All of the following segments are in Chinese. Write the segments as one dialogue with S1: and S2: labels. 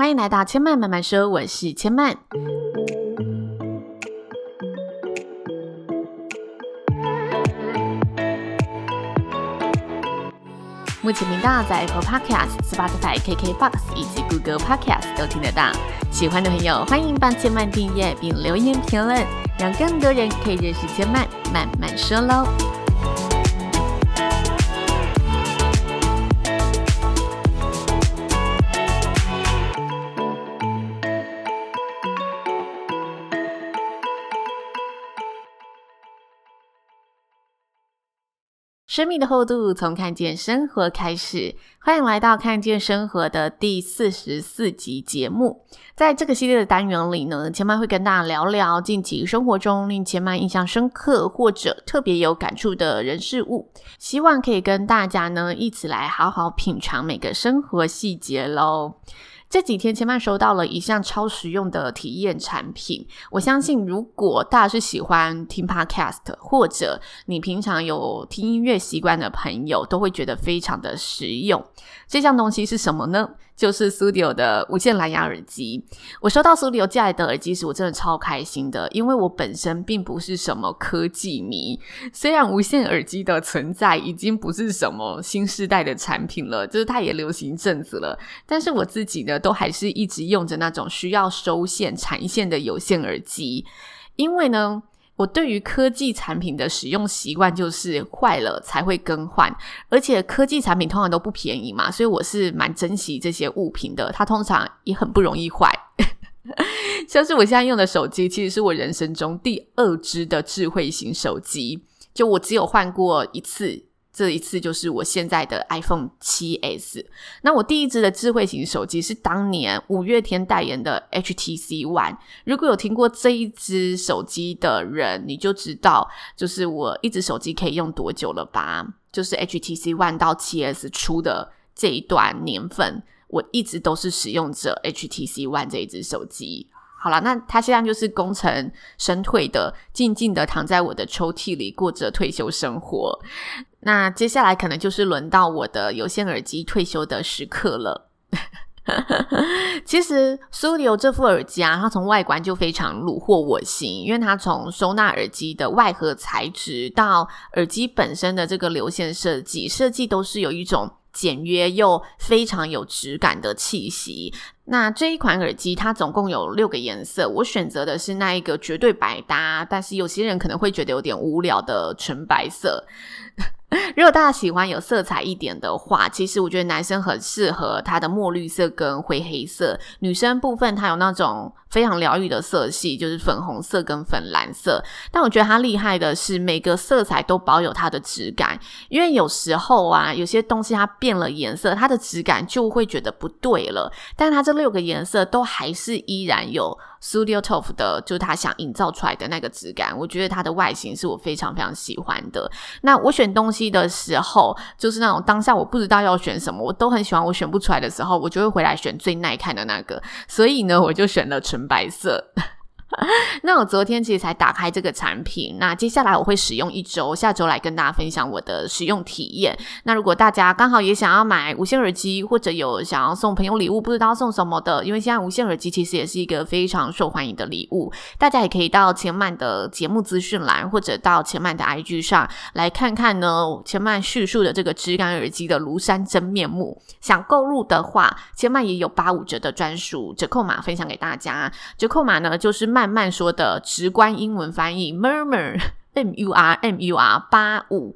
S1: 欢迎来到千曼慢慢说，我是千曼。目前频道在 Apple Podcast、Spotify、KKBOX 以及 Google Podcast 都听得到。喜欢的朋友欢迎帮千曼订阅并留言评论，让更多人可以认识千曼慢慢说咯。生命的厚度从看见生活开始，欢迎来到看见生活的第44集节目。在这个系列的单元里呢，千曼会跟大家聊聊近期生活中令千曼印象深刻或者特别有感触的人事物，希望可以跟大家呢一起来好好品尝每个生活细节咯。这几天千曼收到了一项超实用的体验产品，我相信如果大家是喜欢听 podcast 或者你平常有听音乐习惯的朋友都会觉得非常的实用。这项东西是什么呢？就是 Sudio 的无线蓝牙耳机。我收到 Sudio 寄来的耳机时，我真的超开心的，因为我本身并不是什么科技迷。虽然无线耳机的存在已经不是什么新世代的产品了，就是它也流行一阵子了，但是我自己呢都还是一直用着那种需要收线缠线的有线耳机。因为呢我对于科技产品的使用习惯就是坏了才会更换，而且科技产品通常都不便宜嘛，所以我是蛮珍惜这些物品的，它通常也很不容易坏。像是我现在用的手机其实是我人生中第2支的智慧型手机，就我只有换过一次，这一次就是我现在的 iPhone 7S。 那我第1支的智慧型手机是当年五月天代言的 HTC One。 如果有听过这一支手机的人，你就知道就是我一支手机可以用多久了吧，就是 HTC One 到 7S 出的这一段年份，我一直都是使用着 HTC One 这一支手机。好啦，那它现在就是功成身退的，静静的躺在我的抽屉里过着退休生活。那接下来可能就是轮到我的有线耳机退休的时刻了。其实 Sudio 这副耳机啊，它从外观就非常虏获我心，因为它从收纳耳机的外盒材质到耳机本身的这个流线设计都是有一种简约又非常有质感的气息。那这一款耳机它总共有6个颜色，我选择的是那一个绝对百搭，但是有些人可能会觉得有点无聊的纯白色。如果大家喜欢有色彩一点的话，其实我觉得男生很适合它的墨绿色跟灰黑色，女生部分它有那种非常疗愈的色系，就是粉红色跟粉蓝色。但我觉得它厉害的是每个色彩都保有它的质感，因为有时候啊有些东西它变了颜色，它的质感就会觉得不对了，但它这6个颜色都还是依然有 Sudio TOF 的就是它想营造出来的那个质感。我觉得它的外形是我非常非常喜欢的。那我选东西的时候就是那种当下我不知道要选什么，我都很喜欢，我选不出来的时候我就会回来选最耐看的那个，所以呢我就选了纯白色。那我昨天其实才打开这个产品，那接下来我会使用1周，下周来跟大家分享我的使用体验。那如果大家刚好也想要买无线耳机，或者有想要送朋友礼物不知道送什么的，因为现在无线耳机其实也是一个非常受欢迎的礼物，大家也可以到千曼的节目资讯栏或者到千曼的 IG 上来看看呢千曼叙述的这个质感耳机的庐山真面目。想购入的话，千曼也有85折的专属折扣码分享给大家，折扣码呢就是慢慢说的直观英文翻译 Murmur MUR 85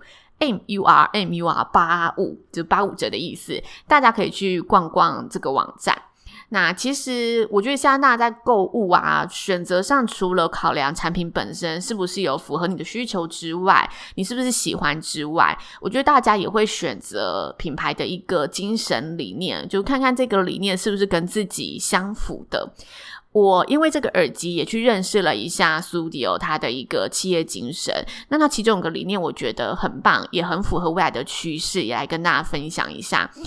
S1: MUR 85，就是85折的意思。大家可以去逛逛这个网站。那其实我觉得现在大家在购物啊选择上，除了考量产品本身是不是有符合你的需求之外，你是不是喜欢之外，我觉得大家也会选择品牌的一个精神理念，就看看这个理念是不是跟自己相符的。我因为这个耳机也去认识了一下 Sudio 它的一个企业精神，那它其中有个理念我觉得很棒，也很符合未来的趋势，也来跟大家分享一下。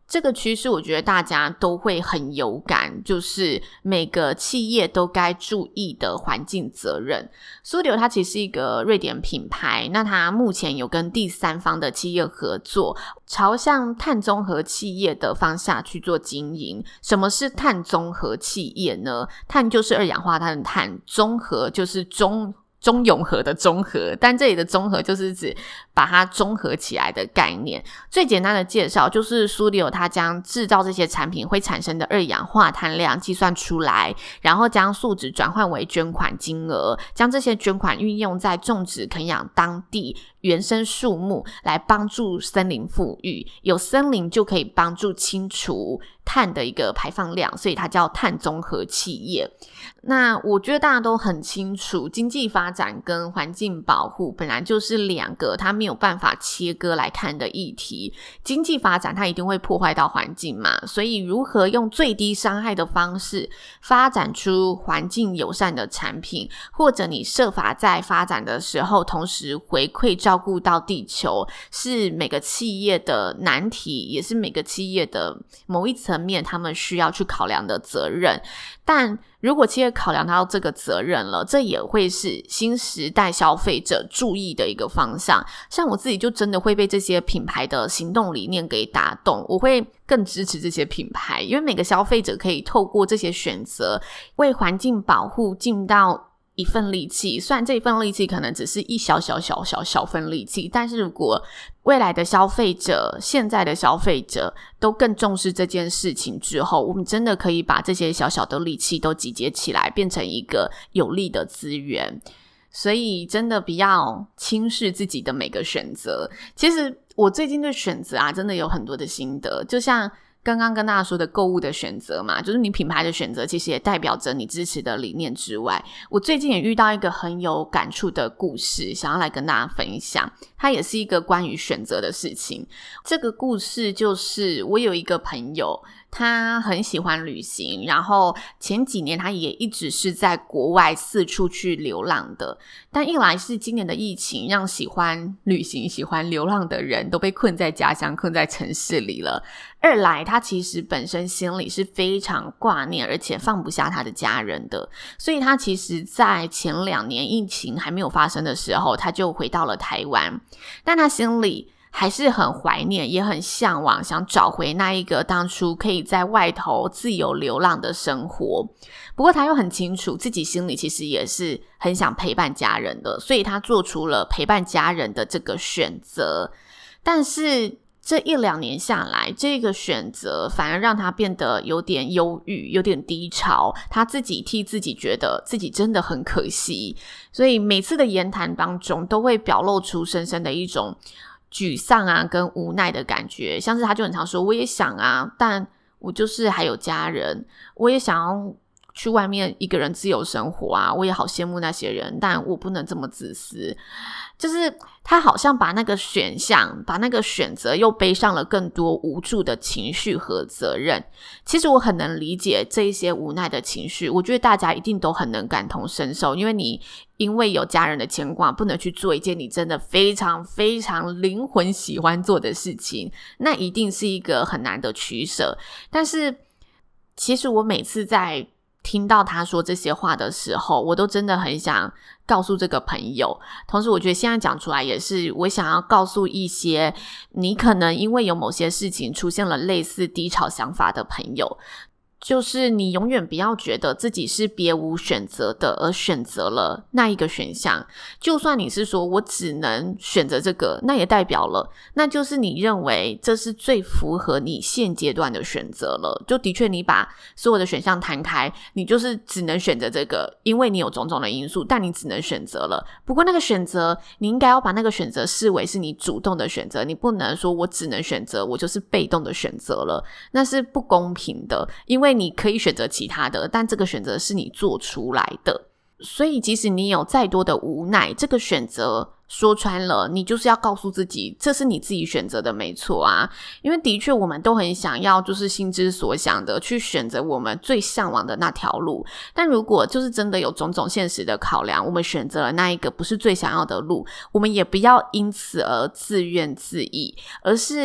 S1: 这个趋势我觉得大家都会很有感，就是每个企业都该注意的环境责任。Sudio 它其实是一个瑞典品牌，那它目前有跟第三方的企业合作，朝向碳综合企业的方向去做经营。什么是碳综合企业呢？碳就是二氧化碳的碳，综合就是中永和的中和，但这里的中和就是指把它综合起来的概念。最简单的介绍就是 Sudio 它将制造这些产品会产生的二氧化碳量计算出来，然后将数值转换为捐款金额，将这些捐款运用在种植垦养当地原生树木，来帮助森林复育。有森林就可以帮助清除碳的一个排放量，所以它叫碳综合企业。那我觉得大家都很清楚，经济发展跟环境保护本来就是两个它没有办法切割来看的议题。经济发展它一定会破坏到环境嘛，所以如何用最低伤害的方式发展出环境友善的产品，或者你设法在发展的时候同时回馈照顾到地球，是每个企业的难题，也是每个企业的某一层面他们需要去考量的责任。但如果企业考量到这个责任了，这也会是新时代消费者注意的一个方向。像我自己就真的会被这些品牌的行动理念给打动，我会更支持这些品牌，因为每个消费者可以透过这些选择为环境保护尽到一份力气。虽然这一份力气可能只是一小份力气，但是如果未来的消费者，现在的消费者都更重视这件事情之后，我们真的可以把这些小小的力气都集结起来，变成一个有力的资源。所以真的不要轻视自己的每个选择。其实我最近对选择真的有很多的心得，就像刚刚跟大家说的购物的选择嘛，就是你品牌的选择其实也代表着你支持的理念之外，我最近也遇到一个很有感触的故事，想要来跟大家分享。它也是一个关于选择的事情。这个故事就是我有一个朋友，他很喜欢旅行，然后前几年他也一直是在国外四处去流浪的。但一来是今年的疫情让喜欢旅行喜欢流浪的人都被困在家乡困在城市里了，二来他其实本身心里是非常挂念而且放不下他的家人的，所以他其实在前2年疫情还没有发生的时候，他就回到了台湾，但他心里还是很怀念也很向往，想找回那一个当初可以在外头自由流浪的生活。不过他又很清楚自己心里其实也是很想陪伴家人的，所以他做出了陪伴家人的这个选择。但是这1-2年下来，这个选择反而让他变得有点忧郁，有点低潮，他自己替自己觉得自己真的很可惜，所以每次的言谈当中都会表露出深深的一种沮丧跟无奈的感觉。像是他就很常说，我也想但我就是还有家人，我也想要去外面一个人自由生活我也好羡慕那些人，但我不能这么自私。就是他好像把那个选项，把那个选择又背上了更多无助的情绪和责任。其实我很能理解这一些无奈的情绪，我觉得大家一定都很能感同身受，因为你因为有家人的牵挂，不能去做一件你真的非常非常灵魂喜欢做的事情，那一定是一个很难的取舍。但是其实我每次在听到他说这些话的时候，我都真的很想告诉这个朋友，同时我觉得现在讲出来也是我想要告诉一些你可能因为有某些事情出现了类似低潮想法的朋友，就是你永远不要觉得自己是别无选择的而选择了那一个选项。就算你是说我只能选择这个，那也代表了那就是你认为这是最符合你现阶段的选择了。就的确你把所有的选项摊开，你就是只能选择这个，因为你有种种的因素，但你只能选择了。不过那个选择你应该要把那个选择视为是你主动的选择，你不能说我只能选择，我就是被动的选择了，那是不公平的。因为你可以选择其他的，但这个选择是你做出来的，所以即使你有再多的无奈，这个选择说穿了，你就是要告诉自己这是你自己选择的没错因为的确我们都很想要就是心之所想的去选择我们最向往的那条路，但如果就是真的有种种现实的考量，我们选择了那一个不是最想要的路，我们也不要因此而自怨自艾，而是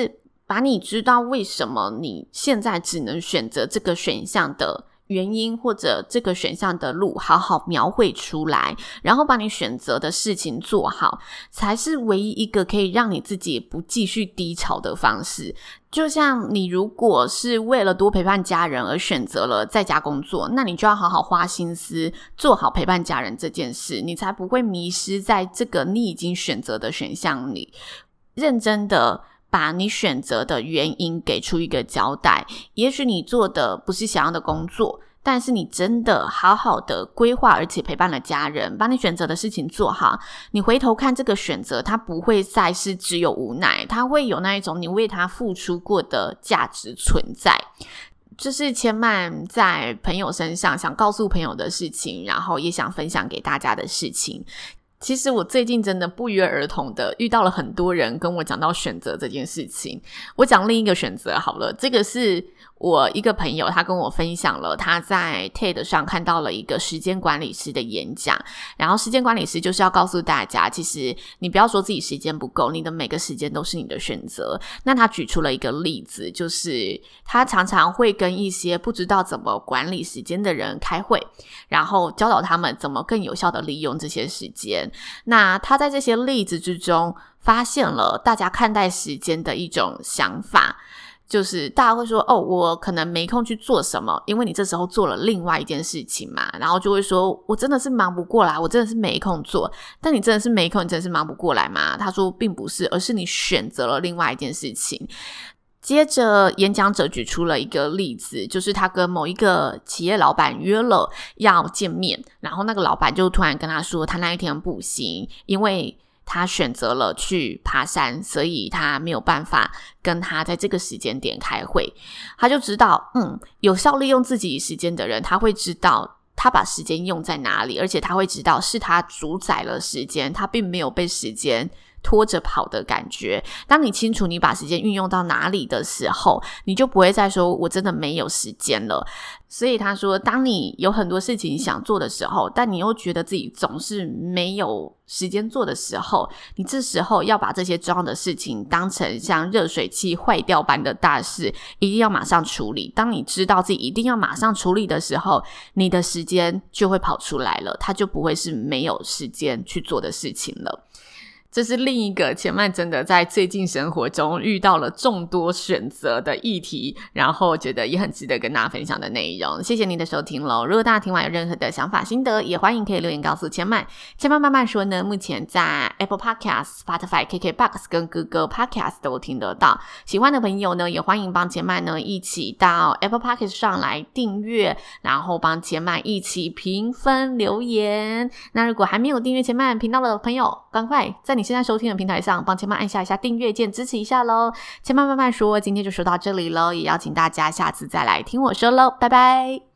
S1: 把你知道为什么你现在只能选择这个选项的原因，或者这个选项的路好好描绘出来，然后把你选择的事情做好，才是唯一一个可以让你自己不继续低潮的方式。就像你如果是为了多陪伴家人而选择了在家工作，那你就要好好花心思做好陪伴家人这件事，你才不会迷失在这个你已经选择的选项里。认真的把你选择的原因给出一个交代，也许你做的不是想要的工作，但是你真的好好的规划，而且陪伴了家人，把你选择的事情做好，你回头看这个选择，它不会再是只有无奈，它会有那一种你为它付出过的价值存在。这是千曼在朋友身上想告诉朋友的事情，然后也想分享给大家的事情。其实我最近真的不约而同的遇到了很多人跟我讲到选择这件事情。我讲另一个选择好了，这个是我一个朋友，他跟我分享了他在 TED 上看到了一个时间管理师的演讲，然后时间管理师就是要告诉大家，其实你不要说自己时间不够，你的每个时间都是你的选择。那他举出了一个例子，就是他常常会跟一些不知道怎么管理时间的人开会，然后教导他们怎么更有效的利用这些时间。那他在这些例子之中发现了大家看待时间的一种想法，就是大家会说我可能没空去做什么，因为你这时候做了另外一件事情嘛，然后就会说我真的是忙不过来，我真的是没空做。但你真的是没空，你真的是忙不过来吗？他说并不是，而是你选择了另外一件事情。接着演讲者举出了一个例子，就是他跟某一个企业老板约了要见面，然后那个老板就突然跟他说他那一天不行，因为他选择了去爬山，所以他没有办法跟他在这个时间点开会。他就知道有效利用自己时间的人，他会知道他把时间用在哪里，而且他会知道是他主宰了时间，他并没有被时间拖着跑的感觉。当你清楚你把时间运用到哪里的时候，你就不会再说我真的没有时间了。所以他说，当你有很多事情想做的时候，但你又觉得自己总是没有时间做的时候，你这时候要把这些重要的事情当成像热水器坏掉般的大事，一定要马上处理。当你知道自己一定要马上处理的时候，你的时间就会跑出来了，它就不会是没有时间去做的事情了。这是另一个千曼真的在最近生活中遇到了众多选择的议题，然后觉得也很值得跟大家分享的内容。谢谢你的收听咯，如果大家听完有任何的想法心得，也欢迎可以留言告诉千曼。千曼慢慢说呢，目前在 Apple Podcast、Spotify、KKBOX 跟 Google Podcast 都听得到。喜欢的朋友呢，也欢迎帮千曼呢一起到 Apple Podcast 上来订阅，然后帮千曼一起评分留言。那如果还没有订阅千曼频道的朋友，赶快在你现在收听的平台上帮千曼按下一下订阅键，支持一下咯。千曼慢慢说，今天就说到这里咯，也邀请大家下次再来听我说咯，拜拜。